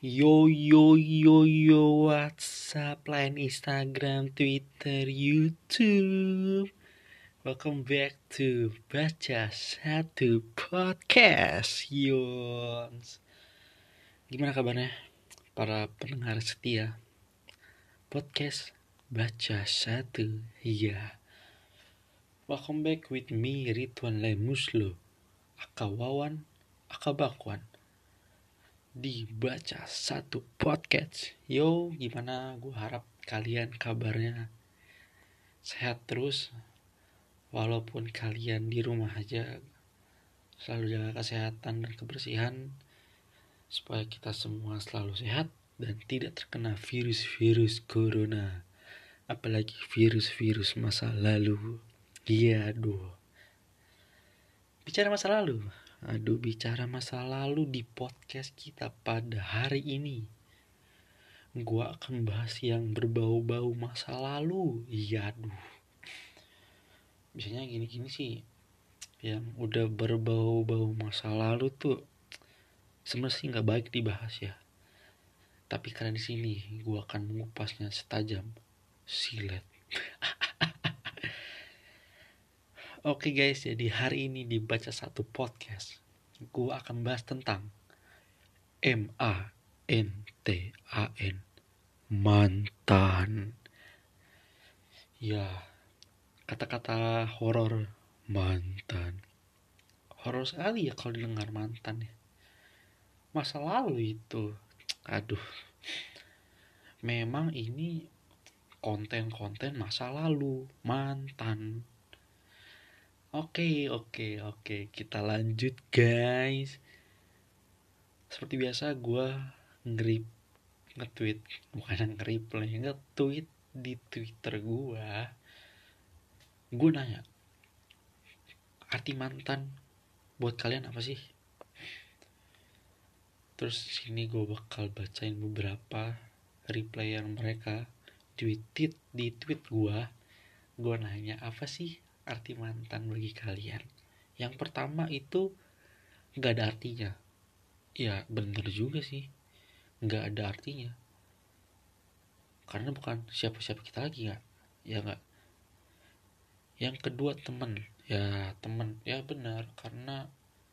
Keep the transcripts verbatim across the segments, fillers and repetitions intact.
Yo yo yo yo, WhatsApp, Line, Instagram, Twitter, YouTube. Welcome back to Baca Satu Podcast. Yons. Gimana kabarnya para pendengar setia podcast Baca Satu? Iya. Welcome back with me, Ridwan Lemuslo, Aka Wawan, Aka Bakwan, dibaca satu podcast. Yo, gimana? Gue harap kalian kabarnya sehat terus. Walaupun kalian di rumah aja, selalu jaga kesehatan dan kebersihan supaya kita semua selalu sehat dan tidak terkena virus-virus corona, apalagi virus-virus masa lalu. Iya, aduh. Bicara masa lalu. Aduh, bicara masa lalu di podcast kita pada hari ini. Gua akan bahas yang berbau-bau masa lalu. Iya, aduh. Biasanya gini-gini sih, yang udah berbau-bau masa lalu tuh sebenarnya sih nggak baik dibahas ya. Tapi karena di sini gua akan mengupasnya setajam silet. Oke guys, jadi hari ini dibaca satu podcast, gua akan bahas tentang M A N T A N, mantan. Ya, kata-kata horor mantan. Horor sekali ya kalau didengar mantan ya. Masa lalu itu. Aduh. Memang ini konten-konten masa lalu, mantan. Oke, oke, oke. Kita lanjut guys. Seperti biasa gue nge-rip, nge-tweet, bukan nge-reply, nge-tweet di Twitter gue. Gue nanya, arti mantan buat kalian apa sih? Terus sini gue bakal bacain beberapa reply yang mereka tweet di tweet gue. Gue nanya, apa sih arti mantan bagi kalian? Yang pertama itu gak ada artinya. Ya bener juga sih, gak ada artinya. Karena bukan siapa-siapa kita lagi gak? Ya gak. Yang kedua temen. Ya temen, ya benar. Karena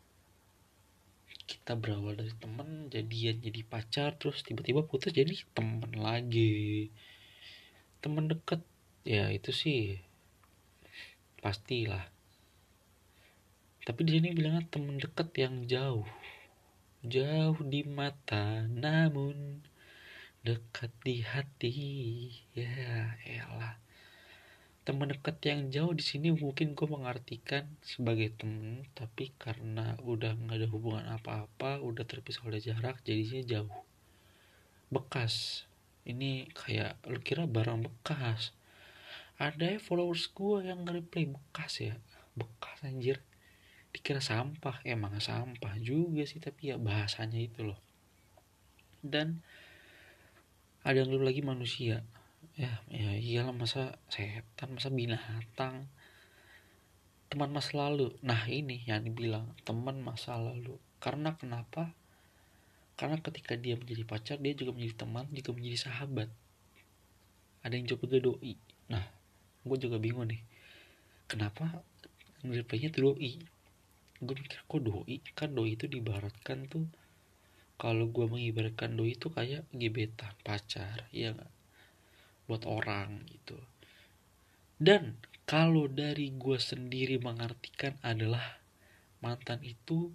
kita berawal dari temen, jadian jadi pacar, terus tiba-tiba putus jadi temen lagi. Temen deket, ya itu sih pastilah. Tapi di sini bilangnya temen deket yang jauh, jauh di mata, namun dekat di hati. Ya elah. Temen dekat yang jauh di sini mungkin gue mengartikan sebagai temen, tapi karena udah nggak ada hubungan apa-apa, udah terpisah oleh jarak, jadinya jauh. Bekas. Ini kayak lu kira barang bekas. Ada followers gue yang nge-reply bekas ya. Bekas anjir. Dikira sampah, emang sampah juga sih, tapi ya bahasanya itu loh. Dan ada yang lagi manusia. Ya, ya iyalah, masa setan, masa binatang. Teman masa lalu. Nah ini yang dibilang teman masa lalu. Karena kenapa? Karena ketika dia menjadi pacar, dia juga menjadi teman, juga menjadi sahabat. Ada yang jawab juga doi. Nah, gue juga bingung nih. Kenapa reply-nya tuh doi? Gue mikir kok doi, kan doi itu diibaratkan tuh, kalau gue mengibaratkan doi itu kayak gebetan pacar, ya gak? Buat orang gitu. Dan kalau dari gue sendiri mengartikan adalah mantan itu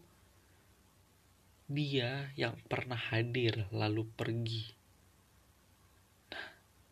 dia yang pernah hadir lalu pergi. Nah,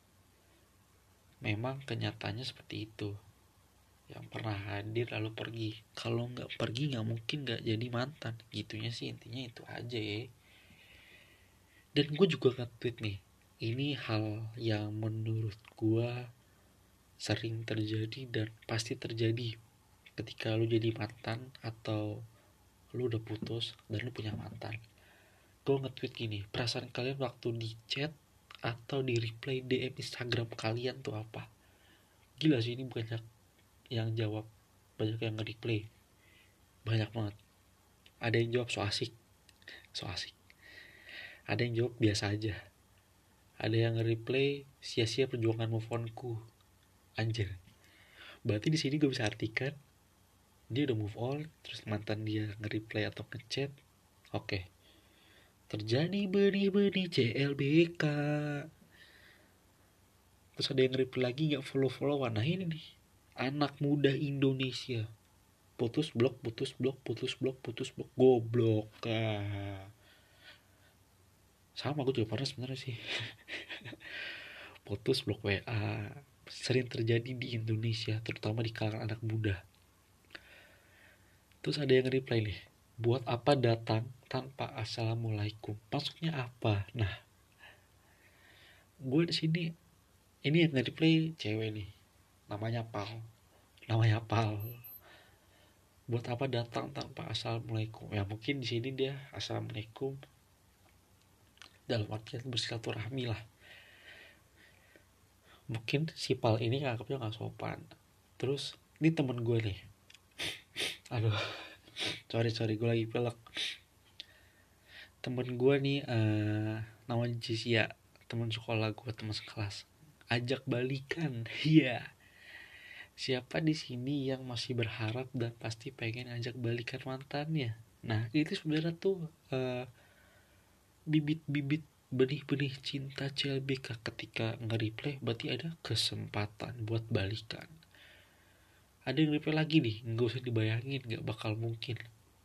memang kenyataannya seperti itu. Yang pernah hadir lalu pergi. Kalau nggak pergi nggak mungkin nggak jadi mantan. Gitunya sih, intinya itu aja ya. Dan gue juga nge-tweet nih, ini hal yang menurut gue sering terjadi dan pasti terjadi ketika lu jadi mantan atau lu udah putus dan lu punya mantan. Gue nge-tweet gini, perasaan kalian waktu di chat atau di reply D M Instagram kalian tuh apa? Gila sih, ini banyak yang jawab, banyak yang nge-reply, banyak banget. Ada yang jawab so asik, so asik. Ada yang jawab biasa aja. Ada yang nge-reply sia-sia perjuangan move on-ku. Anjir. Berarti di sini gue bisa artikan dia udah move on, terus mantan dia nge-reply atau ngechat. Oke. Terjadi benih-benih C L B K. Terus ada yang reply lagi gak follow-followan. Nah ini nih, anak muda Indonesia. Putus blok, putus blok, putus blok, putus blok. Goblok. Ah. Sama gue juga pernah sebenarnya sih. Putus blok W A. Sering terjadi di Indonesia, terutama di kalangan anak muda. Terus ada yang reply nih, buat apa datang tanpa assalamualaikum? Maksudnya apa? Nah, gue di sini, ini yang nge-reply cewek nih, namanya Pal, namanya Pal. Buat apa datang tanpa assalamualaikum? Ya mungkin di sini dia assalamualaikum dalam artian bersilaturahmi lah. Mungkin si Pal ini nganggapnya nggak sopan. Terus ini temen gue nih, aduh, sorry sorry gue lagi pelek. Temen gue nih, uh, namanya Jisia, teman sekolah gue, teman sekelas. Ajak balikan, iya. Siapa di sini yang masih berharap dan pasti pengen ajak balikan mantannya? Nah, itu sebenarnya tuh uh, bibit-bibit benih-benih cinta C L B K. Ketika nge-reply berarti ada kesempatan buat balikan. Ada yang reply lagi nih, nggak usah dibayangin, nggak bakal mungkin.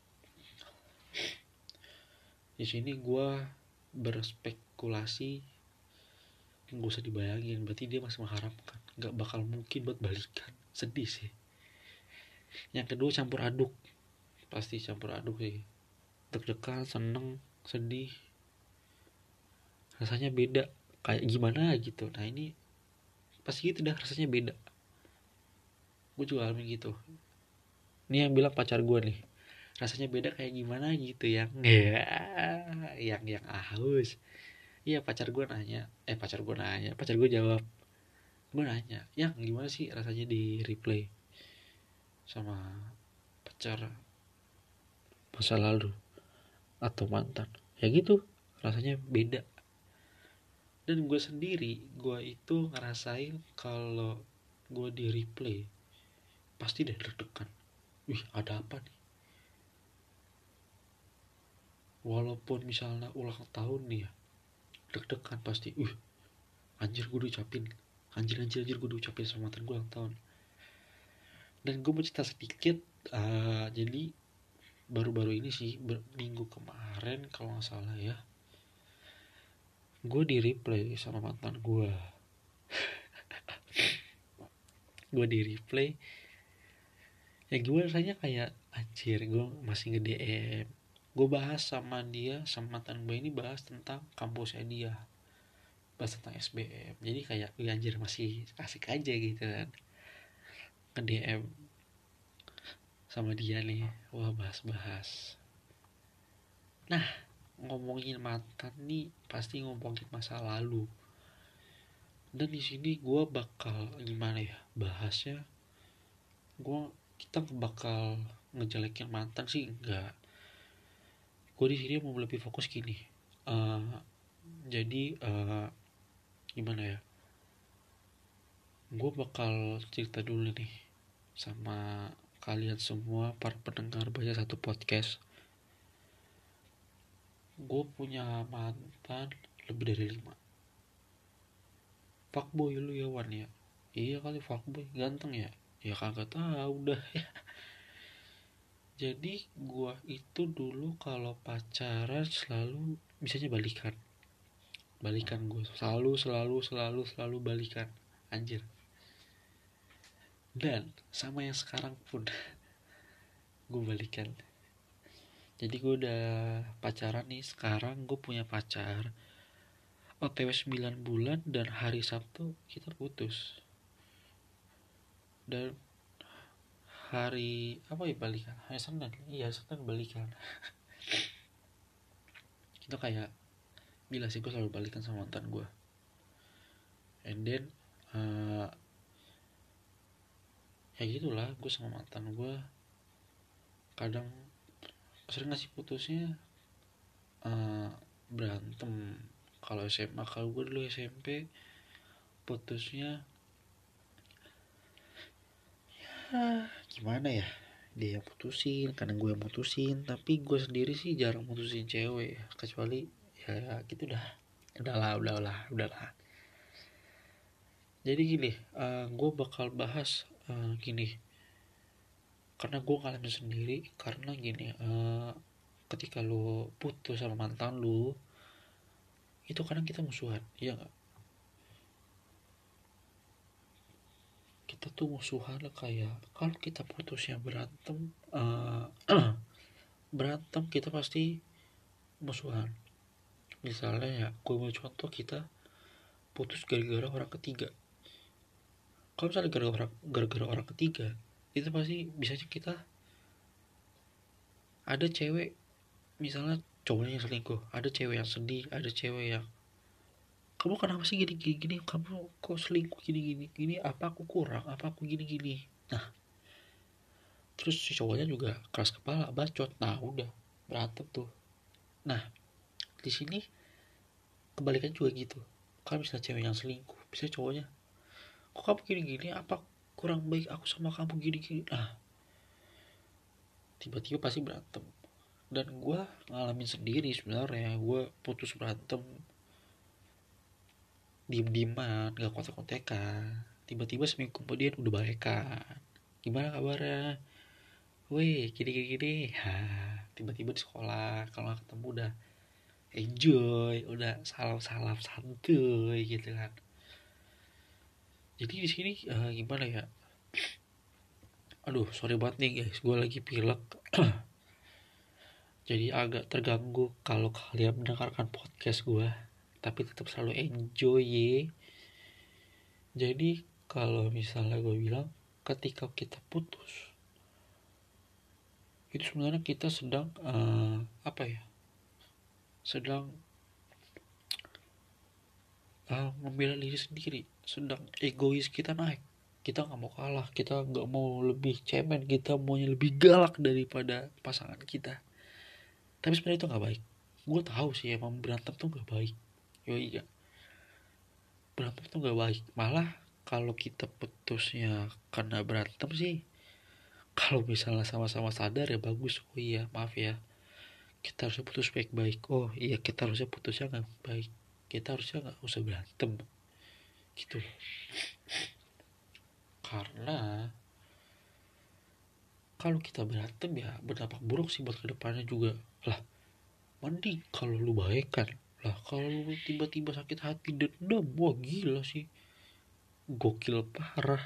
Di sini gue berspekulasi, nggak usah dibayangin, berarti dia masih mengharapkan, nggak bakal mungkin buat balikan. Sedih sih. Yang kedua campur aduk, pasti campur aduk sih. Deg-degan, seneng, sedih, rasanya beda, kayak gimana gitu. Nah ini pasti gitu dah, rasanya beda. Gue juga alami gitu. Ini yang bilang pacar gue nih, rasanya beda kayak gimana gitu, yang ya, yang yang haus. Iya pacar gue nanya, eh pacar gue nanya, pacar gue jawab, gue nanya, yang gimana sih rasanya di replay sama pacar masa lalu atau mantan? Ya gitu, rasanya beda. Dan gue sendiri, gue itu ngerasain kalau gue di replay pasti deh deg-degan. Wih ada apa nih? Walaupun misalnya ulang tahun nih ya, deg-degan pasti. Wih anjir gue diucapin, anjir anjir anjir gue diucapin sama mantan gue ulang tahun. Dan gue mau cerita sedikit, uh, jadi baru-baru ini sih, minggu kemarin kalau nggak salah ya, gue di replay sama mantan gue. Gue di replay, ya gue rasanya kayak anjir, gue masih nge D M, gue bahas sama dia, sama mantan gue ini bahas tentang kampusnya dia, bahas tentang S B M. Jadi kayak wih anjir masih asik aja gitu kan, nge D M sama dia nih, wah bahas-bahas. Nah ngomongin mantan nih pasti ngomongin masa lalu. Dan di sini gue bakal gimana ya bahasnya, gue kita bakal ngejelekin mantan sih enggak. Gue di sini mau lebih fokus gini. Uh, jadi uh, gimana ya? Gue bakal cerita dulu nih sama kalian semua para pendengar banyak satu podcast. Gue punya mantan lebih dari lima. Fuckboy lu ya Wan ya? Iya kali fuckboy, ganteng ya? Ya kagak tahu dah ya. Jadi gue itu dulu kalau pacaran selalu bisanya balikan. Balikan gue selalu selalu selalu selalu balikan. Anjir. Dan sama yang sekarang pun gue balikan. Jadi gue udah pacaran nih, sekarang gue punya pacar O T W sembilan bulan dan hari Sabtu kita putus. Dan hari apa ya balikan? Hari Senin. Iya Senin balikan. Itu kayak gila sih, gue selalu balikan sama mantan gue. And then uh, ya gitulah, gue sama mantan gue kadang sering ngasih putusnya uh, berantem. Kalau S M A, kalau gue dulu S M P putusnya ah, gimana ya, dia yang putusin karena gue yang putusin. Tapi gue sendiri sih jarang putusin cewek, kecuali ya gitu dah. Udahlah, udahlah, udahlah. Jadi gini, uh, gue bakal bahas uh, gini, karena gue ngalamin sendiri. Karena gini, uh, ketika lu putus sama mantan lu, itu kadang kita musuhan, iya nggak? Kita tuh musuhan kayak kalau kita putusnya berantem, uh, berantem kita pasti musuhan. Misalnya ya, gue mau contoh, kita putus gara-gara orang ketiga. Kalau misalnya gara-gara orang, gara-gara orang ketiga, itu pasti bisanya kita ada cewek, misalnya cowoknya yang selingkuh, ada cewek yang sedih, ada cewek yang kamu kenapa sih gini gini, gini? Kamu kok selingkuh gini gini gini, apa aku kurang, apa aku gini gini. Nah, terus si cowoknya juga keras kepala, bacot. Nah, udah berantem tuh. Nah, di sini kebalikan juga gitu. Kalau misalnya cewek yang selingkuh, bisa cowoknya, kok kamu gini gini, apa kurang baik aku sama kamu gini gini. Nah, tiba-tiba pasti berantem. Dan gue ngalamin sendiri sebenarnya, gue putus berantem diem-dieman, gak kontek-kontekan, tiba-tiba seminggu kemudian udah baikan. Gimana kabarnya, weh gini gini gini. Ha, tiba-tiba di sekolah kalau nggak ketemu udah enjoy, udah salam-salam santuy gitu kan. Jadi di sini uh, gimana ya, aduh sorry banget nih guys, gue lagi pilek. Jadi agak terganggu kalau kalian mendengarkan podcast gue, tapi tetap selalu enjoy ye. Jadi kalau misalnya gue bilang, ketika kita putus, itu sebenarnya kita sedang uh, apa ya, sedang uh, membela diri sendiri, sedang egois kita naik. Kita nggak mau kalah, kita nggak mau lebih cemen, kita maunya lebih galak daripada pasangan kita. Tapi sebenarnya itu nggak baik. Gue tahu sih emang berantem tuh nggak baik. Yo iya, berantem tuh nggak baik. Malah kalau kita putusnya karena berantem sih, kalau misalnya sama-sama sadar ya bagus. Oh iya maaf ya, kita harusnya putus baik-baik. Oh iya, kita harusnya putusnya nggak baik, kita harusnya nggak usah berantem gitu. Karena kalau kita berantem ya berdampak buruk sih buat kedepannya juga. Lah, mending kalau lu baik kan. Lah kalau lu tiba-tiba sakit hati dendam, wah gila sih, gokil parah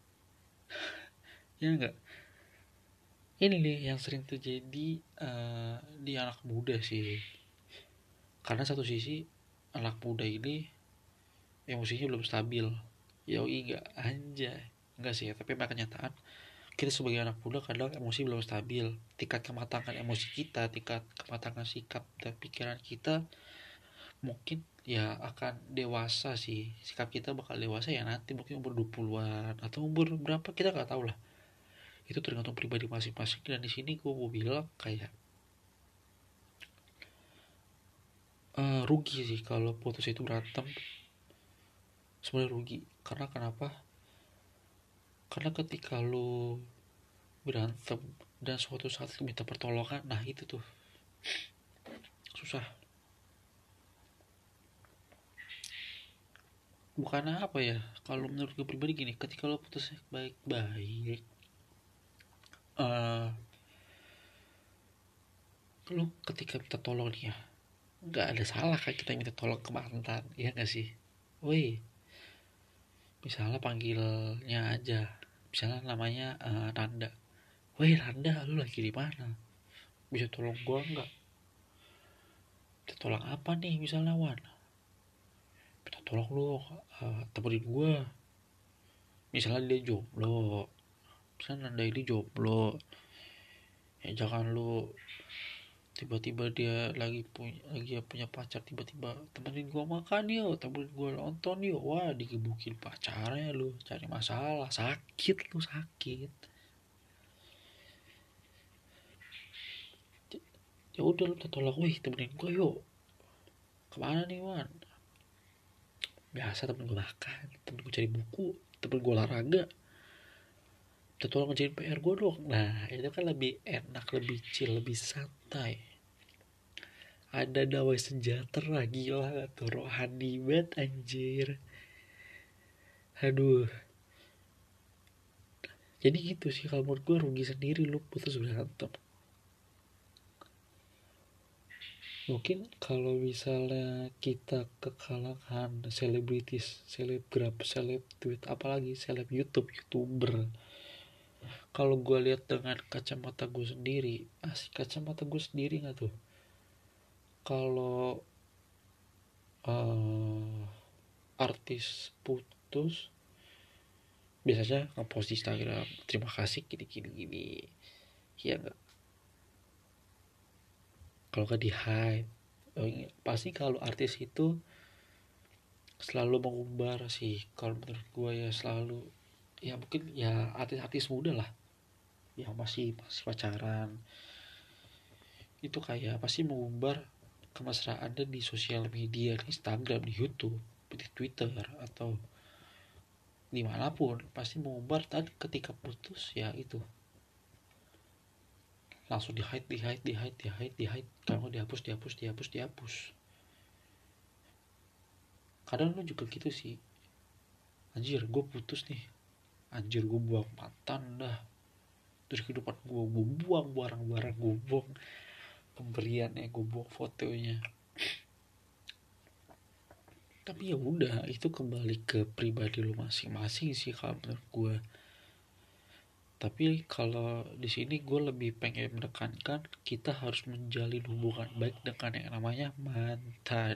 ya enggak. Ini nih yang sering terjadi uh, di anak muda sih. Karena satu sisi anak muda ini emosinya belum stabil. Yoi enggak, anjay. Enggak sih, tapi memang kenyataan kita sebagai anak muda kadang emosi belum stabil. Tingkat kematangan emosi kita, tingkat kematangan sikap dan pikiran kita mungkin ya akan dewasa sih. Sikap kita bakal dewasa ya nanti mungkin umur dua puluhan atau umur berapa kita nggak tahu lah. Itu tergantung pribadi masing-masing. Dan di sini gue mau bilang kayak uh, rugi sih kalau putus itu berantem. Sebenarnya rugi. Karena kenapa? Karena ketika lu berantem dan suatu saat lu minta pertolongan, nah itu tuh susah. Bukan apa ya, kalau menurut gue pribadi gini, ketika lo putus baik-baik, uh, lo ketika minta tolong nih ya, nggak ada salah kan kita minta tolong ke mantan, ya nggak sih? Woi, misalnya panggilnya aja, misalnya namanya uh, Nanda. Woi Nanda, lu lagi di mana? Bisa tolong gua nggak? Minta tolong apa nih misalnya Wan? Minta tolong lu uh, temenin gua. Misalnya dia jomblo, misalnya Nanda ini jomblo, ya jangan lu tiba-tiba dia lagi punya lagi punya pacar, tiba-tiba temenin gua makan yuk, temenin gua nonton yuk, wah digebukin pacarnya, lu cari masalah, sakit lu, sakit. Ya udah lu tolong, wih temenin gua yuk, kemana nih Wan? Biasa temen gue makan, temen gue cari buku, temen gue olahraga, minta tolong ngerjain P R gue dong. Nah itu kan lebih enak, lebih chill, lebih santai. Ada dawai sejahtera, gila gak tuh, rohani banget anjir. Aduh. Jadi gitu sih kalau menurut gue, rugi sendiri lu putus berantem. Mungkin kalau misalnya kita ke kalangan selebritis, selebgram, seleb tweet, apalagi seleb YouTube, youtuber, kalau gue lihat dengan kacamata gue sendiri, asik kacamata gue sendiri nggak tuh? Kalau uh, artis putus, biasanya ngepost di Instagram, terima kasih gini gini gini, ya nggak? Kalau nggak di hide, oh, pasti kalau artis itu selalu mengumbar sih. Kalau menurut gue ya selalu, ya mungkin ya artis-artis muda lah yang masih masih pacaran itu kayak pasti mengumbar kemesraannya di sosial media, di Instagram, di YouTube, di Twitter, atau dimanapun pasti mengumbar. Dan ketika putus ya itu langsung di hide, di hide, di hide, di hide, di hide, kalau dihapus, dihapus, dihapus, dihapus. Kadang lu juga gitu sih, anjir gue putus nih, anjir gue buang mantan dah, terus kehidupan gue gue buang barang-barang, gue buang pemberiannya, gue buang fotonya. Tapi ya udah, itu kembali ke pribadi lu masing-masing sih kalau menurut gue. Tapi kalau di sini gue lebih pengen menekankan kita harus menjalin hubungan baik dengan yang namanya mantan.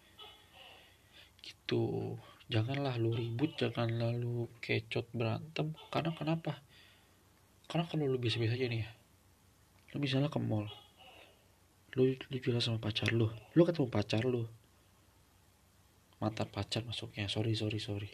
Gitu. Janganlah lu ribut, janganlah lu kecot berantem. Karena kenapa? Karena kalau lu biasa-biasa aja nih ya, lu misalnya ke mall, lu lu jalan sama pacar lu, lu ketemu pacar lu, mantan pacar masuknya, sorry sorry sorry.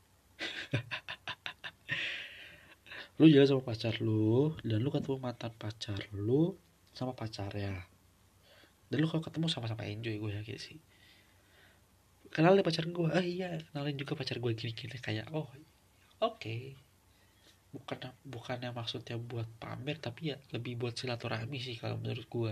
Lu jalan sama pacar lu, dan lu ketemu mantan pacar lu sama pacarnya, dan lu kalau ketemu sama-sama enjoy, gue yakin sih. Kenalin pacar gue, ah iya kenalin juga pacar gue gini-gini, kayak oh oke okay. bukan bukannya maksudnya buat pamer, tapi ya lebih buat silaturahmi sih kalau menurut gue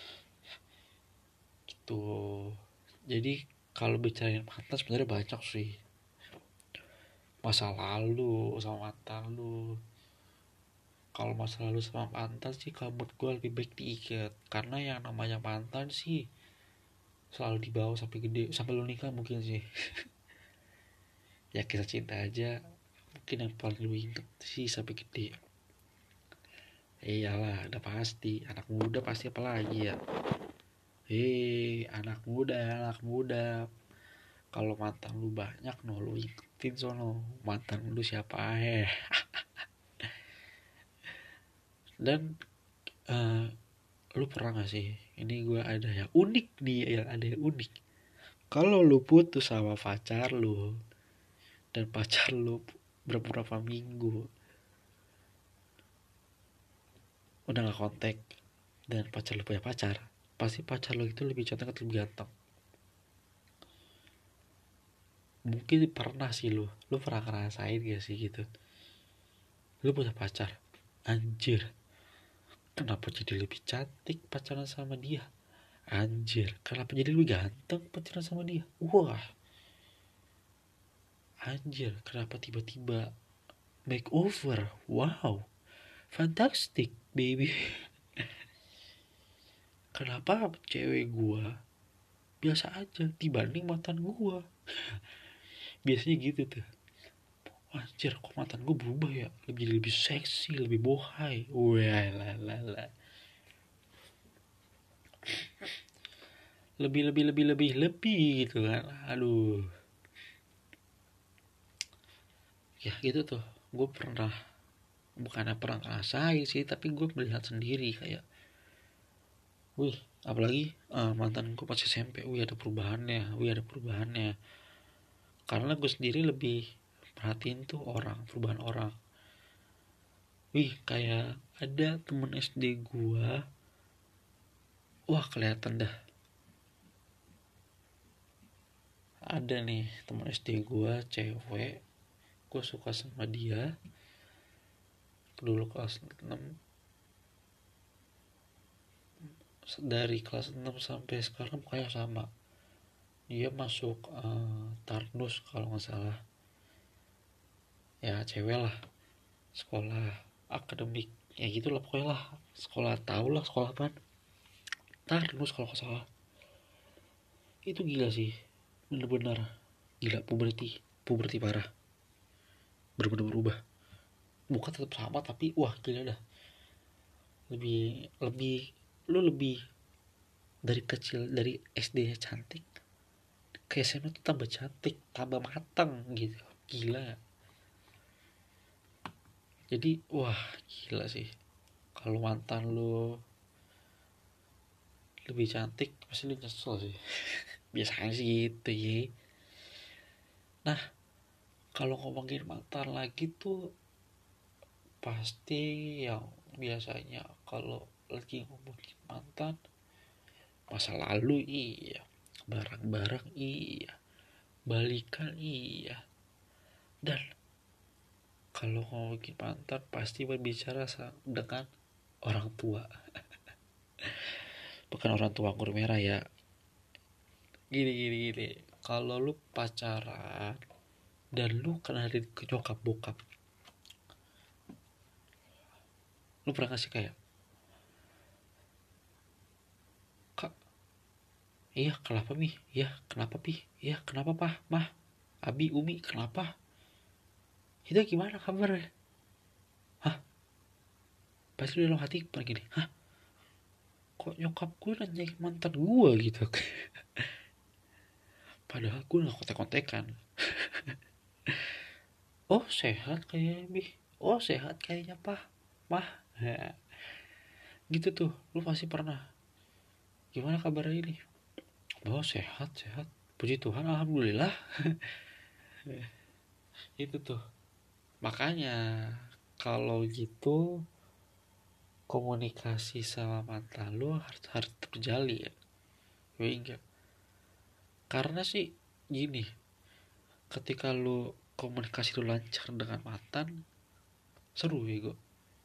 gitu. Jadi kalau bicarain mantan sebenarnya banyak sih, masa lalu sama mantan lu. Kalau masa lalu sama mantan sih kalau menurut gue lebih baik diikat, karena yang namanya mantan sih selalu dibawa sampai gede, sampai lu nikah mungkin sih. Ya kisah cinta aja mungkin yang paling lu inget sih sampai gede. Iyalah udah pasti, anak muda pasti apalagi ya. Hei anak muda, anak muda, kalau mantan lu banyak no, lu ikutin sono mantan lu siapa eh. Dan uh, lu pernah gak sih, ini gue ada yang unik nih, yang ada yang unik. Kalau lu putus sama pacar lu, dan pacar lu beberapa minggu udah gak kontak, dan pacar lu punya pacar, pasti pacar lu itu lebih cantik atau lebih ganteng. Mungkin pernah sih lu, lu pernah ngerasain gak sih gitu. Lu punya pacar, anjir kenapa jadi lebih cantik pacaran sama dia, anjir kenapa jadi lebih ganteng pacaran sama dia, wah anjir kenapa tiba-tiba makeover, wow fantastic baby. Kenapa cewek gua biasa aja dibanding mantan gua. Biasanya gitu tuh, anjir kok mantan gua berubah ya, lebih lebih seksi, lebih bohai, wah lah lah lah, lebih lebih lebih lebih lebih gitu kan. Aduh ya gitu tuh, gue pernah, bukannya pernah ngerasain sih, tapi gue melihat sendiri kayak wih, apalagi uh, mantan gue pas S M P, wih ada perubahannya, wih ada perubahannya. Karena gue sendiri lebih perhatiin tuh orang, perubahan orang. Wih kayak ada temen S D gue, wah kelihatan dah ada nih teman S D gue cewek, gue suka sama dia dulu kelas enam, dari kelas enam sampai sekarang kayak sama. Dia masuk uh, Tarnus kalau nggak salah, ya cewek lah, sekolah akademik ya gitulah pokoknya lah, sekolah tau lah sekolah apa, Tarnus kalau nggak salah. Itu gila sih, bener-bener gila, puberti puberti parah, bener-bener berubah. Bukan tetap sama tapi wah gila dah, lebih lebih lu lebih dari kecil, dari S D cantik ke S M A tuh tambah cantik, tambah matang gitu, gila. Jadi wah gila sih, kalau mantan lu lebih cantik pasti lu nyesel sih. Biasanya sih gitu ya. Nah kalau ngomongin mantan lagi tuh pasti yang biasanya kalau lagi ngomongin mantan, masa lalu iya, barang-barang iya, balikan iya, dan kalau ngomongin mantan pasti berbicara dengan orang tua. Bukan orang tua anggur merah ya, gini gini gini, kalau lu pacaran dan lu kenalin ke nyokap bokap, lu pernah kasih kayak, kak, iya kenapa mi, iya kenapa pi, iya kenapa pah, mah, abi, umi kenapa, itu gimana kabarnya, hah, pasti lu dalam hati pernah gini, hah, kok nyokap gue nanyain mantan gue gitu. Padahal gue gak kontek-kontekan. Oh sehat kayaknya bi, oh sehat kayaknya pah, mah, ya, gitu tuh. Lu pasti pernah, gimana kabar ini, oh sehat sehat, puji Tuhan alhamdulillah. Itu tuh makanya kalau gitu komunikasi sama mantan lu harus harus terjalin ya, enggak, karena sih gini, ketika lu komunikasi lu lancar dengan mantan, seru ya gue.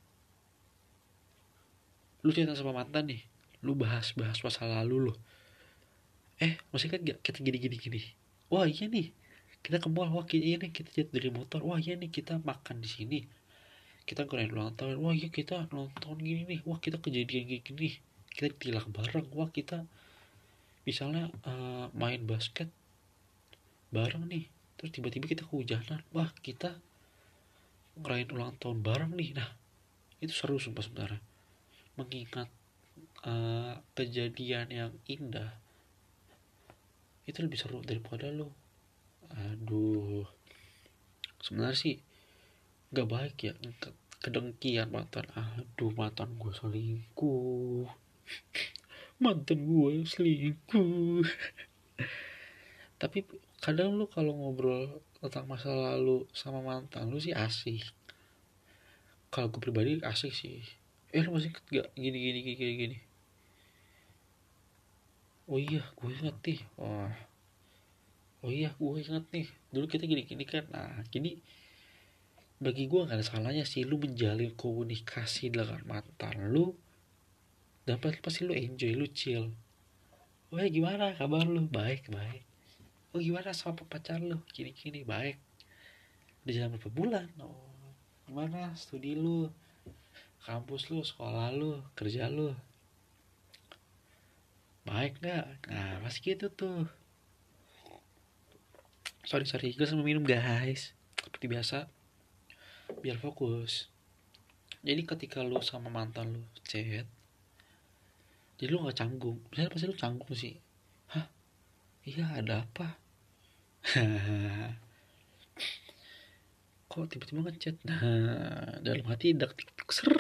Lu cerita sama mantan nih, lu bahas-bahas masa lalu lu, eh masih kan gak kita gini-gini gini, wah iya nih kita ke mall, wah iya nih kita jatuh dari motor, wah iya nih kita makan di sini, kita ngerayain ulang tahun, wah iya kita nonton gini nih, wah kita kejadian gini gini, kita tilang bareng, wah kita misalnya uh, main basket bareng nih, terus tiba-tiba kita kehujanan, wah kita ngerayain ulang tahun bareng nih. Nah itu seru sumpah sebenarnya, mengingat uh, kejadian yang indah itu lebih seru daripada lo, aduh sebenarnya sih gak baik ya kedengkian mantan, aduh mantan gue selingkuh, mantan gue selingkuh. Tapi kadang lu kalau ngobrol tentang masa lalu sama mantan lu sih asik, kalau gue pribadi asik sih, eh lu masih gak gini gini gini gini, oh iya gue inget nih, wah oh iya gue inget nih dulu kita gini gini kan. Nah gini, bagi gue gak ada salahnya sih lu menjalin komunikasi dengan mantan lu, dan pasti lu enjoy, lu chill, wah gimana kabar lu, baik baik, oh gimana sama pacar lu, gini gini, baik, udah jalan berapa bulan, oh gimana studi lu, kampus lu, sekolah lu, kerja lu, baik gak, nah pas gitu tuh. Sorry sorry gue sama minum guys, seperti biasa biar fokus. Jadi ketika lu sama mantan lu chat, jadi lu gak canggung, misalnya pasti lu canggung sih, hah iya ada apa, kok tiba-tiba ngechat, nah dalam hati dak tik tik ser,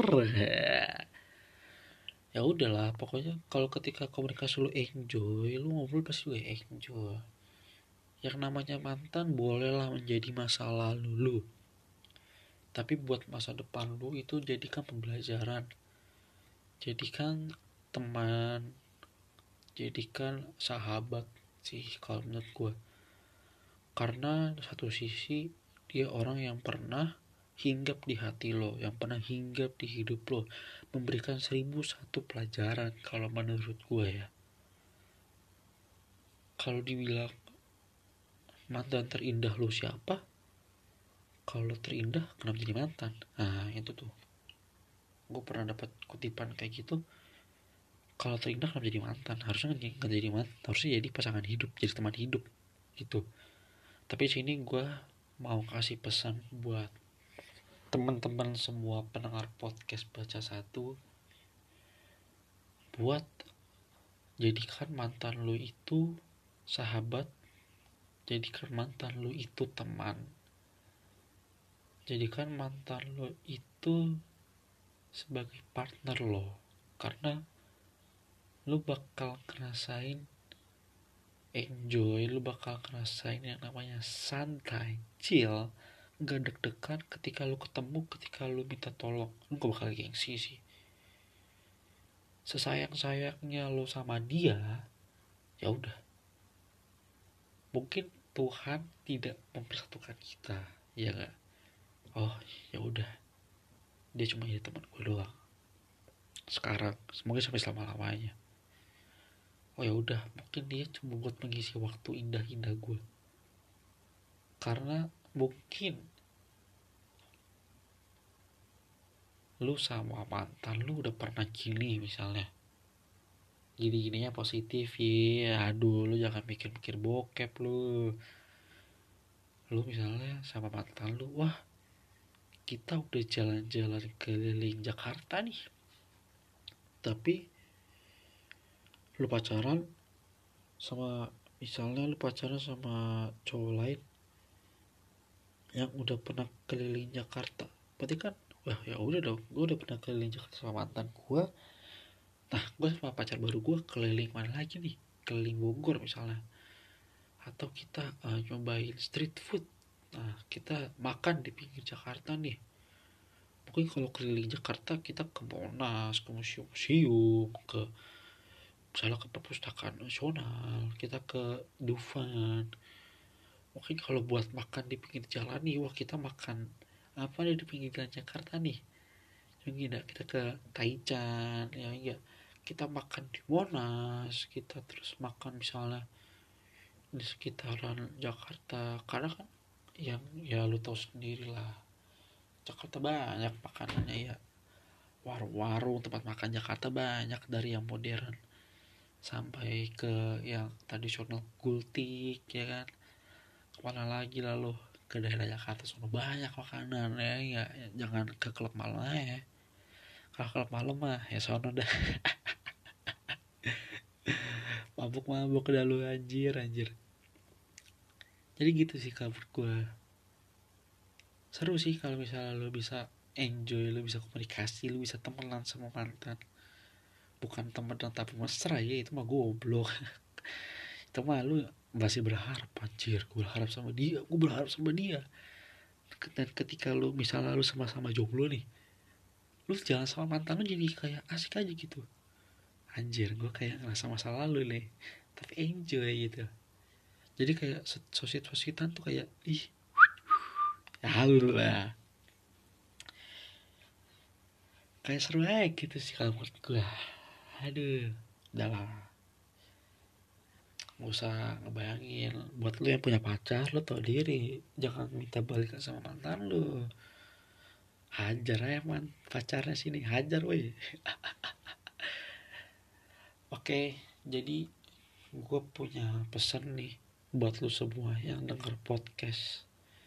ya udahlah pokoknya kalau ketika komunikasi lu enjoy, lu ngobrol pasti lu enjoy. Yang namanya mantan bolehlah menjadi masa lalu lu, tapi buat masa depan lu itu jadikan pembelajaran, jadikan teman, jadikan sahabat sih kalau menurut gue. Karena satu sisi dia orang yang pernah hinggap di hati lo, yang pernah hinggap di hidup lo, memberikan seribu satu pelajaran kalau menurut gue ya. Kalau dibilang mantan terindah lo siapa? Kalau terindah kenapa jadi mantan? Nah itu tuh, gue pernah dapat kutipan kayak gitu. Kalau terindah kenapa jadi mantan? Harusnya nggak jadi mantan, harusnya jadi pasangan hidup, jadi teman hidup gitu. Tapi sini gue mau kasih pesan buat teman-teman semua pendengar podcast Baca Satu, buat jadikan mantan lo itu sahabat, jadikan mantan lo itu teman, jadikan mantan lo itu sebagai partner lo, karena lo bakal ngerasain enjoy, lu bakal ngerasain yang namanya santai, chill, gak deg-degan ketika lu ketemu, ketika lu minta tolong. Lu gak bakal gengsi sih. Sesayang-sayangnya lu sama dia, ya udah. Mungkin Tuhan tidak mempersatukan kita, ya gak? Oh, ya udah. Dia cuma jadi teman gue doang. Sekarang, semoga sampai selama-lamanya. Oh ya udah, mungkin dia cuma buat mengisi waktu indah-indah gue. Karena mungkin lu sama mantan lu udah pernah gini misalnya, gini-gininya positif ya, aduh lu jangan mikir-mikir bokep lu. Lu misalnya sama mantan lu, wah kita udah jalan-jalan keliling Jakarta nih, tapi lu pacaran sama, misalnya lu pacaran sama cowok lain yang udah pernah keliling Jakarta, berarti kan wah ya udah dong, gue udah pernah keliling Jakarta sama mantan gue. Nah gue sama pacar baru gue keliling mana lagi nih, keliling Bogor misalnya, atau kita uh, nyobain street food. Nah kita makan di pinggir Jakarta nih, mungkin kalau keliling Jakarta kita ke Monas, ke museum-museum, ke misalnya ke perpustakaan nasional, kita ke Dufan. Mungkin kalau buat makan di pinggir jalan nih, wah kita makan apa nih di pinggir jalan Jakarta nih, yang tidak kita ke Taichan ya, ya kita makan di Monas, kita terus makan misalnya di sekitaran Jakarta, karena kan yang ya lu tahu sendiri lah, Jakarta banyak makanannya ya, warung-warung tempat makan Jakarta banyak, dari yang modern sampai ke yang tradisional gultik ya kan. Kemana lagi lalu ke daerah Jakarta, sono banyak makanan ya, ya, ya jangan ke klub malam ya, kalau klub malam mah ya sono dah. Mabuk-mabuk dah lu, anjir anjir. Jadi gitu sih kabar gue. Seru sih kalau misalnya lu bisa enjoy, lu bisa komunikasi, lu bisa temenan sama mantan. Bukan temenan tapi mesra ya, itu mah goblok. Itu mah lu masih berharap, anjir gue berharap sama dia, gue berharap sama dia. Dan ketika lu misalnya lu sama-sama jomblo nih, lu jalan sama mantan lu jadi kayak asik aja gitu. Anjir gue kayak ngerasa masa lalu nih, tapi enjoy gitu. Jadi kayak sosit-sositan tuh kayak ih ya halu lah, kayak seru aja gitu sih kalau menurut gue. Aduh udah lah, gak usah ngebayangin. Buat lu yang punya pacar, lu tau diri, jangan minta balikan sama mantan lu. Hajar aja man pacarnya sini, hajar weh. Oke, jadi gue punya pesan nih buat lu semua yang denger podcast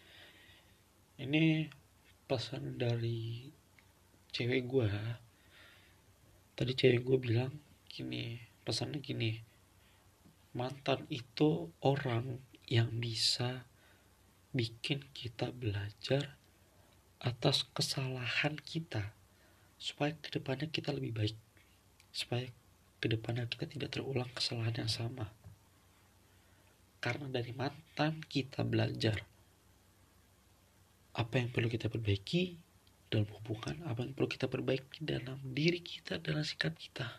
ini. Pesan dari cewek gue. Tadi cewek gue bilang gini, pesannya gini, mantan itu orang yang bisa bikin kita belajar atas kesalahan kita, supaya kedepannya kita lebih baik, supaya kedepannya kita tidak terulang kesalahan yang sama. Karena dari mantan kita belajar apa yang perlu kita perbaiki dalam hubungan, apa yang perlu kita perbaiki dalam diri kita, dalam sikap kita.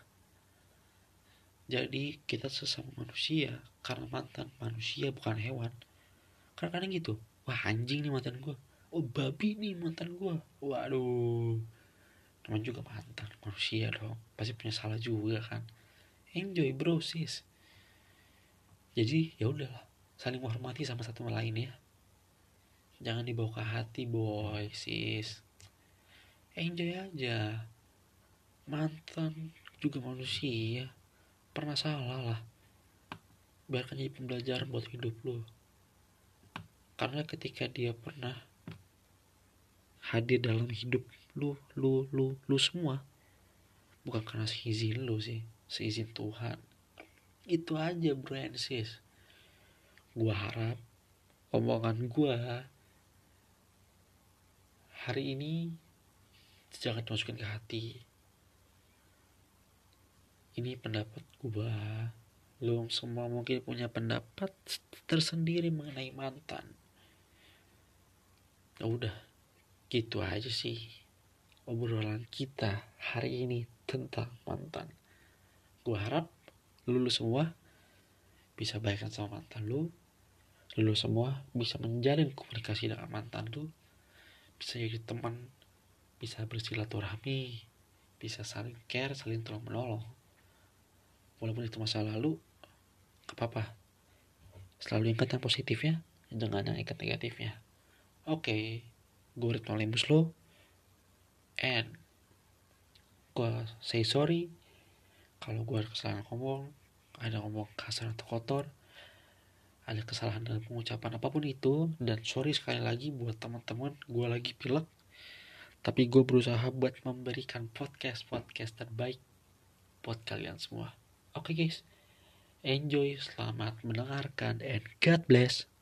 Jadi kita sesama manusia, karena mantan manusia bukan hewan. Kadang-kadang gitu, wah anjing nih mantan gue, oh babi nih mantan gue, waduh, namanya juga mantan manusia dong, pasti punya salah juga kan. Enjoy bro sis. Jadi ya udahlah, saling menghormati sama satu sama lain ya, jangan dibawa ke hati boy sis. Enjoy aja, mantan juga manusia, pernah salah lah, biarkan jadi pembelajaran buat hidup lo. Karena ketika dia pernah hadir dalam hidup lu lu lu lu semua, bukan karena seizin lu sih, seizin Tuhan. Itu aja bro and sis. Gua harap omongan gua hari ini jangan dimasukin ke hati. Ini pendapat gua, lu semua mungkin punya pendapat tersendiri mengenai mantan. Ya udah, gitu aja sih obrolan kita hari ini tentang mantan. Gua harap lu, lu semua bisa baikan sama mantan lu. Lu semua bisa menjalin komunikasi dengan mantan lu, bisa jadi teman, bisa bersilaturahmi, bisa saling care, saling tolong menolong. Walaupun itu masa lalu, gak apa-apa, selalu ingat yang positifnya, jangan yang ingat negatifnya. Oke, okay, gue Ritmo Limbus lo, and gue say sorry kalau gue ada kesalahan ngomong, ada ngomong kasar atau kotor, ada kesalahan dalam pengucapan apapun itu. Dan sorry sekali lagi buat teman-teman, gue lagi pilek, tapi gue berusaha buat memberikan podcast-podcast terbaik buat kalian semua. Oke okay guys, enjoy, selamat mendengarkan, and God bless.